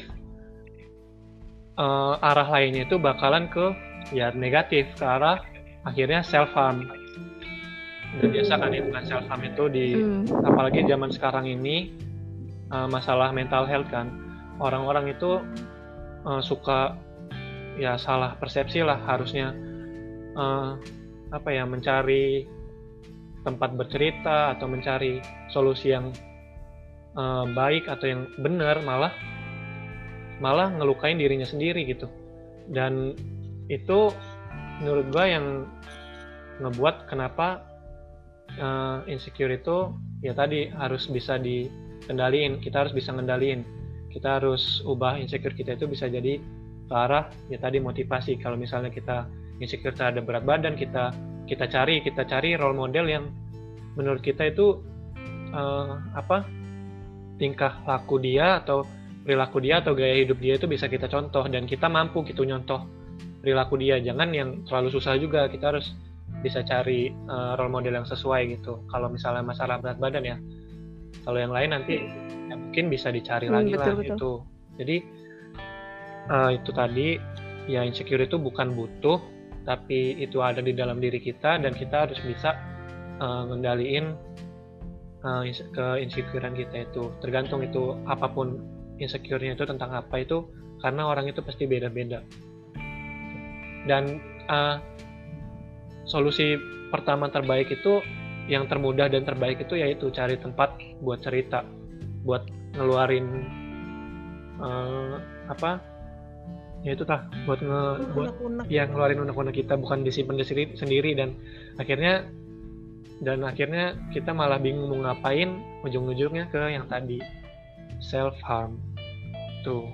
uh, arah lainnya itu bakalan ke ya negatif, ke arah akhirnya self harm. Udah biasa kan itu kan self harm itu di hmm. apalagi zaman sekarang ini uh, masalah mental health kan, orang-orang itu uh, suka ya salah persepsi lah, harusnya uh, apa ya mencari tempat bercerita atau mencari solusi yang uh, baik atau yang benar, malah malah ngelukain dirinya sendiri gitu. Dan itu menurut gue yang ngebuat kenapa uh, insecure itu ya tadi harus bisa dikendaliin. Kita harus bisa ngendaliin, kita harus ubah insecure kita itu bisa jadi ke arah ya tadi motivasi. Kalau misalnya kita insecure terhadap berat badan, kita kita cari kita cari role model yang menurut kita itu uh, apa tingkah laku dia atau perilaku dia atau gaya hidup dia itu bisa kita contoh, dan kita mampu gitu nyontoh perilaku dia. Jangan yang terlalu susah juga, kita harus bisa cari uh, role model yang sesuai gitu. Kalau misalnya masalah berat badan ya, kalau yang lain nanti ya mungkin bisa dicari hmm, lagi betul, lah betul. Gitu. Jadi uh, itu tadi ya, insecure itu bukan butuh, tapi itu ada di dalam diri kita, dan kita harus bisa uh, ngendaliin uh, ke insecurean kita itu. Tergantung itu apapun insecure-nya itu tentang apa itu, karena orang itu pasti beda-beda. Dan uh, solusi pertama terbaik itu, yang termudah dan terbaik itu yaitu cari tempat buat cerita, buat ngeluarin uh, apa ya itu tah buat nge buat yang ngeluarin unek-unek kita, bukan disimpan sendiri sendiri dan akhirnya dan akhirnya kita malah bingung mau ngapain, ujung-ujungnya ke yang tadi self harm tuh.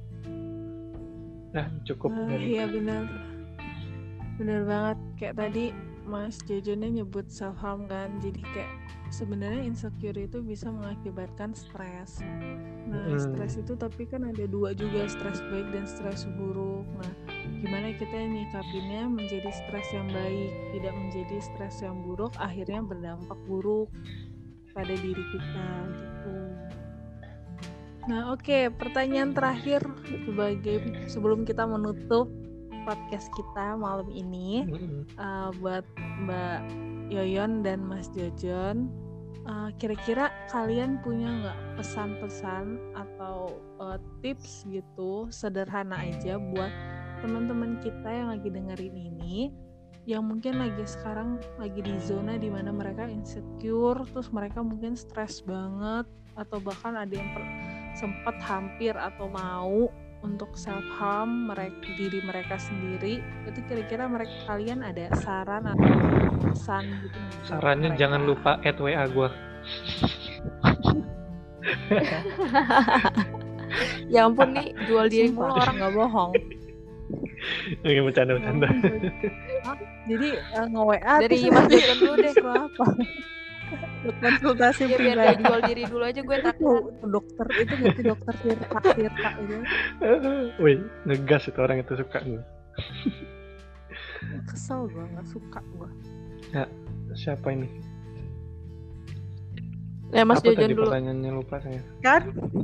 Nah cukup. Uh, iya benar benar banget, kayak tadi Mas Jojonnya nyebut self harm kan, jadi kayak sebenarnya insecure itu bisa mengakibatkan stres. Nah hmm. stres itu tapi kan ada dua juga, stres baik dan stres buruk. Nah gimana kita nyikapinnya menjadi stres yang baik, tidak menjadi stres yang buruk akhirnya berdampak buruk pada diri kita gitu. Nah oke, okay, pertanyaan terakhir sebagai sebelum kita menutup podcast kita malam ini, uh, buat Mbak Yoyon dan Mas Jojon, uh, kira-kira kalian punya nggak pesan-pesan atau uh, tips gitu sederhana aja buat teman-teman kita yang lagi dengerin ini, yang mungkin lagi sekarang lagi di zona dimana mereka insecure, terus mereka mungkin stres banget, atau bahkan ada yang per- sempat hampir atau mau untuk self harm mereka, diri mereka sendiri. Itu kira-kira mereka kalian ada saran atau pesan gitu? Sarannya mereka? Jangan lupa add W A gue. Ya ampun nih, jual diri mulu orang nggak bohong. Oke, bercanda-bercanda. Jadi uh, nge-W A dari Mas Jojon dulu deh. Apa? Konsultasi ya, biar gak jual diri dulu aja gue takut. Dokter itu ngerti dokter Tirta Tirta itu. Wih, ngegas itu orang itu, suka gue. Kesel gue, nggak suka gue. Ya, siapa ini? Ya Mas Jojon dulu. Pertanyaannya lupa saya. Kan?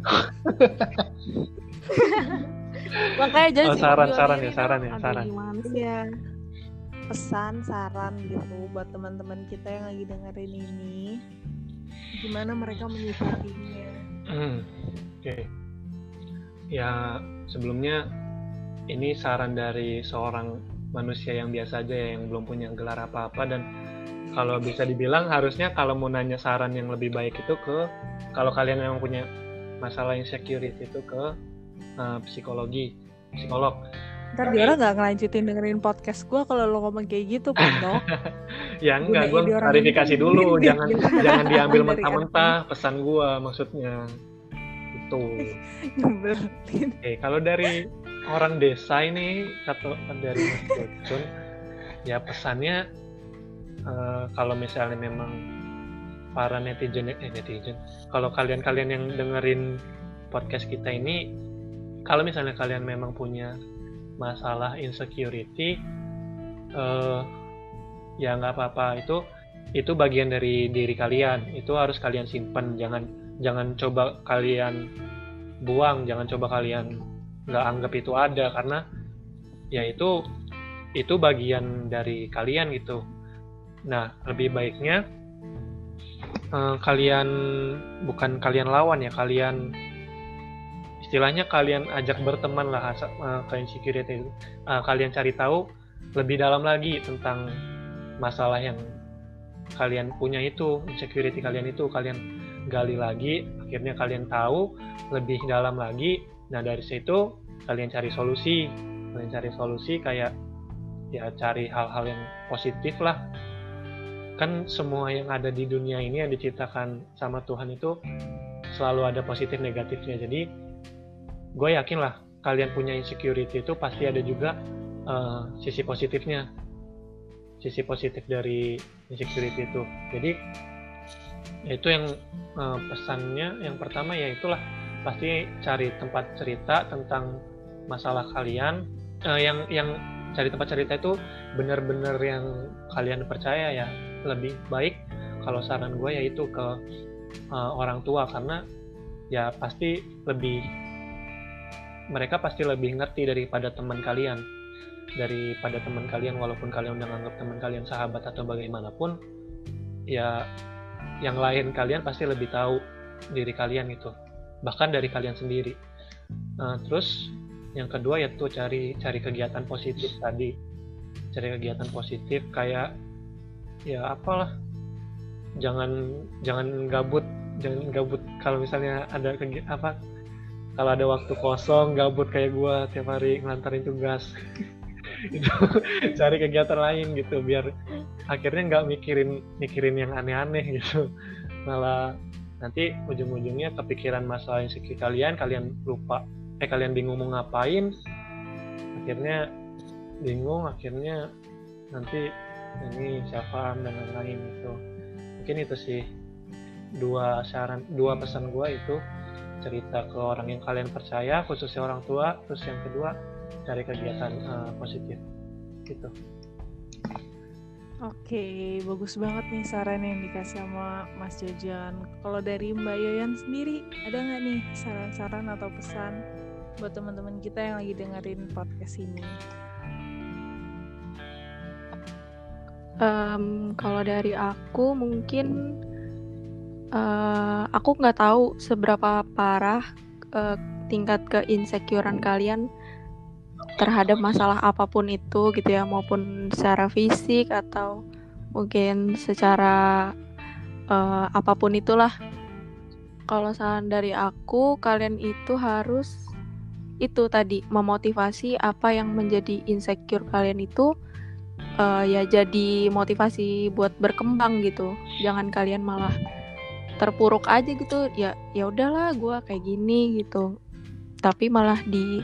Makanya jadi oh, saran saran ya saran ya saran. Iya. Pesan, saran gitu buat teman-teman kita yang lagi dengerin ini, gimana mereka menyikapinya. Hmm, Oke, okay. Ya sebelumnya ini saran dari seorang manusia yang biasa aja ya, yang belum punya gelar apa-apa, dan kalau bisa dibilang harusnya kalau mau nanya saran yang lebih baik itu ke, kalau kalian memang punya masalah insecurity itu ke uh, psikologi, psikolog. Ntar dia orang gak ngelanjutin dengerin podcast gue kalau lo ngomong kayak gitu, Pondok. Ya enggak, gue klarifikasi dulu, jangan jangan diambil mentah-mentah pesan gue maksudnya. Itu. Oke, kalau dari orang desa ini atau dari Mas Jojon, ya pesannya uh, kalau misalnya memang para netizen eh netizen, kalau kalian-kalian yang dengerin podcast kita ini, kalau misalnya kalian memang punya masalah insecurity, uh, ya nggak apa-apa, itu itu bagian dari diri kalian, itu harus kalian simpen, jangan jangan coba kalian buang, jangan coba kalian nggak anggap itu ada, karena ya itu itu bagian dari kalian gitu. Nah, lebih baiknya uh, kalian bukan kalian lawan ya, kalian istilahnya kalian ajak berteman lah uh, ke insecurity itu. Uh, kalian cari tahu lebih dalam lagi tentang masalah yang kalian punya itu, insecurity kalian itu, kalian gali lagi, akhirnya kalian tahu lebih dalam lagi. Nah, dari situ kalian cari solusi, kalian cari solusi kayak ya cari hal-hal yang positif lah. Kan semua yang ada di dunia ini yang diciptakan sama Tuhan itu selalu ada positif negatifnya. Jadi gue yakin lah kalian punya insecurity itu pasti ada juga uh, sisi positifnya, sisi positif dari insecurity itu. Jadi itu yang uh, pesannya yang pertama ya itulah, pasti cari tempat cerita tentang masalah kalian, uh, yang yang cari tempat cerita itu benar-benar yang kalian percaya ya. Lebih baik kalau saran gue yaitu ke uh, orang tua, karena ya pasti lebih, mereka pasti lebih ngerti daripada teman kalian daripada teman kalian walaupun kalian udah nganggap teman kalian sahabat atau bagaimanapun, ya yang lain kalian pasti lebih tahu diri kalian gitu, bahkan dari kalian sendiri. Nah, terus yang kedua yaitu cari cari kegiatan positif tadi, cari kegiatan positif kayak ya apalah, jangan jangan gabut, jangan gabut kalau misalnya ada kegiatan apa, kalau ada waktu kosong gabut kayak gue tiap hari ngelantarin tugas itu cari kegiatan lain gitu, biar akhirnya nggak mikirin mikirin yang aneh-aneh gitu, malah nanti ujung-ujungnya kepikiran masalah insecure kalian, kalian lupa, eh kalian bingung mau ngapain, akhirnya bingung, akhirnya nanti ini siapa dan lain-lain gitu. Mungkin itu sih dua saran, dua pesan gue itu, cerita ke orang yang kalian percaya, khususnya orang tua, terus yang kedua cari kegiatan uh, positif gitu. Oke, bagus banget nih saran yang dikasih sama Mas Jojon. Kalau dari Mbak Yoyan sendiri, ada nggak nih saran-saran atau pesan buat teman-teman kita yang lagi dengerin podcast ini? Um, kalau dari aku mungkin uh, aku nggak tahu seberapa parah uh, tingkat keinsecurean kalian terhadap masalah apapun itu gitu ya, maupun secara fisik atau mungkin secara uh, apapun itulah. Kalau saran dari aku, kalian itu harus itu tadi, memotivasi apa yang menjadi insecure kalian itu uh, ya jadi motivasi buat berkembang gitu. Jangan kalian malah terpuruk aja gitu, ya ya udahlah gue kayak gini gitu, tapi malah di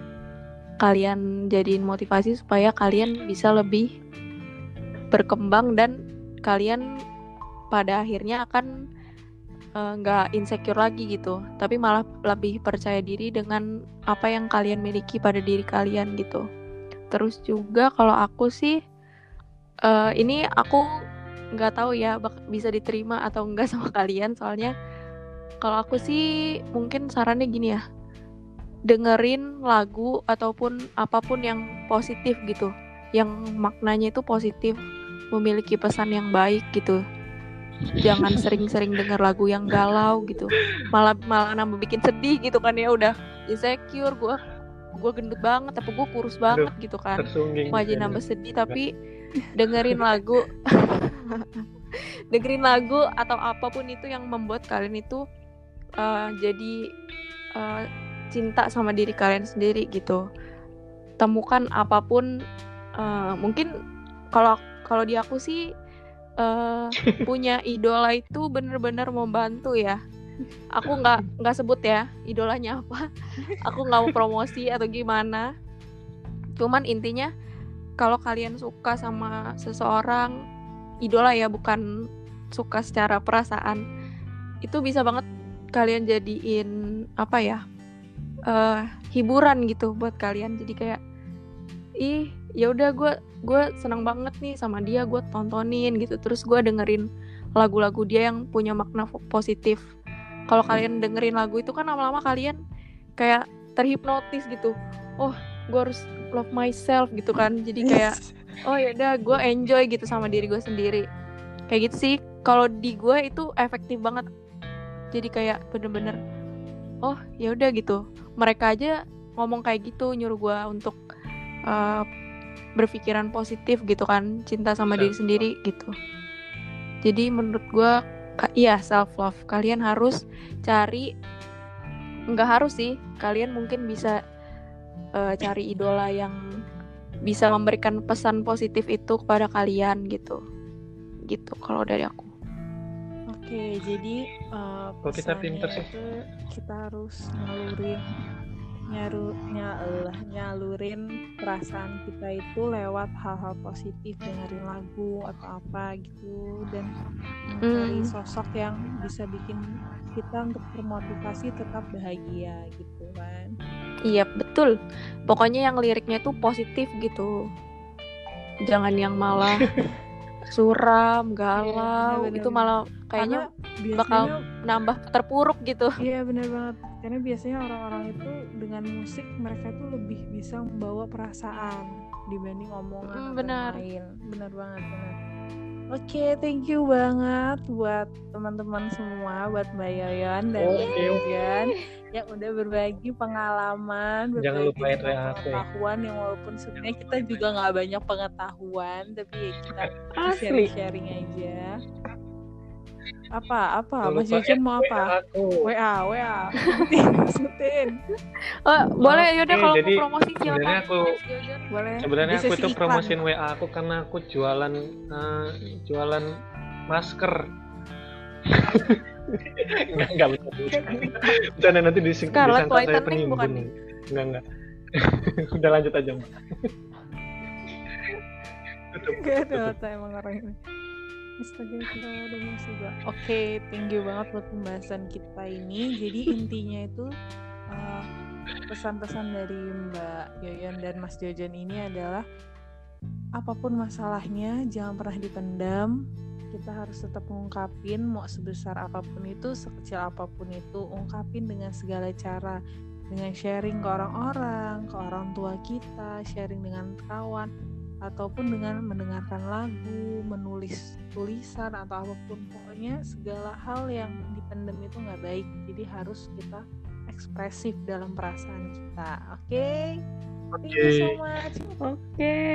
kalian jadiin motivasi supaya kalian bisa lebih berkembang dan kalian pada akhirnya akan nggak uh, insecure lagi gitu, tapi malah lebih percaya diri dengan apa yang kalian miliki pada diri kalian gitu. Terus juga kalau aku sih uh, ini aku nggak tahu ya bak- bisa diterima atau enggak sama kalian, soalnya kalau aku sih mungkin sarannya gini ya, dengerin lagu ataupun apapun yang positif gitu, yang maknanya itu positif, memiliki pesan yang baik gitu. Jangan sering-sering denger lagu yang galau gitu, malah malah nambah bikin sedih gitu kan ya, udah insecure, gue gue gendut banget tapi gue kurus banget gitu kan, malah jadi nambah sedih. Tapi dengerin lagu dengerin lagu atau apapun itu yang membuat kalian itu uh, jadi uh, cinta sama diri kalian sendiri gitu. Temukan apapun, uh, mungkin kalau kalau di aku sih uh, punya idola itu bener-bener membantu ya. Aku nggak nggak sebut ya idolanya apa. Aku nggak mau promosi atau gimana. Cuman intinya kalau kalian suka sama seseorang, idola ya, bukan suka secara perasaan, itu bisa banget kalian jadiin apa ya? Uh, hiburan gitu buat kalian. Jadi kayak ih ya udah gue gue senang banget nih sama dia, gue tontonin gitu, terus gue dengerin lagu-lagu dia yang punya makna positif. Kalau kalian dengerin lagu itu kan lama-lama kalian kayak terhipnotis gitu, oh gue harus love myself gitu kan, jadi kayak oh ya udah gue enjoy gitu sama diri gue sendiri, kayak gitu sih. Kalau di gue itu efektif banget, jadi kayak bener-bener oh ya udah gitu, mereka aja ngomong kayak gitu, nyuruh gue untuk uh, berpikiran positif gitu kan, cinta sama diri sendiri gitu. Jadi menurut gue iya self love, kalian harus cari, nggak harus sih, kalian mungkin bisa uh, cari idola yang bisa memberikan pesan positif itu kepada kalian gitu gitu kalau dari aku. Oke, jadi uh, Kok kita pesannya pinter sih? itu kita harus nyalurin nyaru nyal, nyalurin perasaan kita itu lewat hal-hal positif, dengerin lagu atau apa gitu, dan mencari Mm. sosok yang bisa bikin kita untuk termotivasi tetap bahagia gitu kan. Iya betul, pokoknya yang liriknya tuh positif gitu, jangan yang malah suram, galau, bener-bener. itu malah kayaknya Karena bakal biasanya nambah terpuruk gitu. iya benar banget, karena biasanya orang-orang itu dengan musik mereka itu lebih bisa membawa perasaan dibanding omongan Mm, atau benar. yang lain. Benar banget, benar. Oke, thank you banget buat teman-teman semua, buat Mbak Yoyon dan Mbak Oke. Jojan yang udah berbagi pengalaman, Jangan berbagi lupain tentang W A aku ya. pengetahuan yang walaupun sebenarnya kita juga nggak banyak pengetahuan, tapi ya kita Asli. sharing-sharing aja. Apa apa Jangan Mas lupa Jojan add mau W A apa? aku. W A, W A, sebutin, sebutin. Oh, boleh Oke, yaudah kalau jadi mau promosi sebenarnya silakan. aku Mas Jojan. Boleh. sebenarnya Bisa aku itu iklan. promosiin W A aku karena aku jualan eh, jualan masker. Enggak enggak benar. Bercanda, nanti dising- Scarlet disangka saya Whitening bukan penimbun. nih? Enggak enggak. Udah lanjut aja, Mbak. Tutup. Gak ada tutup. otak emang orang ini. Astaga, kita ada musibah. Oke, thank you banget buat pembahasan kita ini. Jadi intinya itu uh, pesan-pesan dari Mbak Yoyon dan Mas Jojan ini adalah apapun masalahnya jangan pernah dipendam. Kita harus tetap mengungkapin, mau sebesar apapun itu, sekecil apapun itu, ungkapin dengan segala cara, dengan sharing ke orang-orang, ke orang tua kita, sharing dengan kawan, ataupun dengan mendengarkan lagu, menulis tulisan atau apapun. Pokoknya segala hal yang dipendam itu nggak baik, jadi harus kita ekspresif dalam perasaan kita. Oke, okay? Thank you so much. Oke,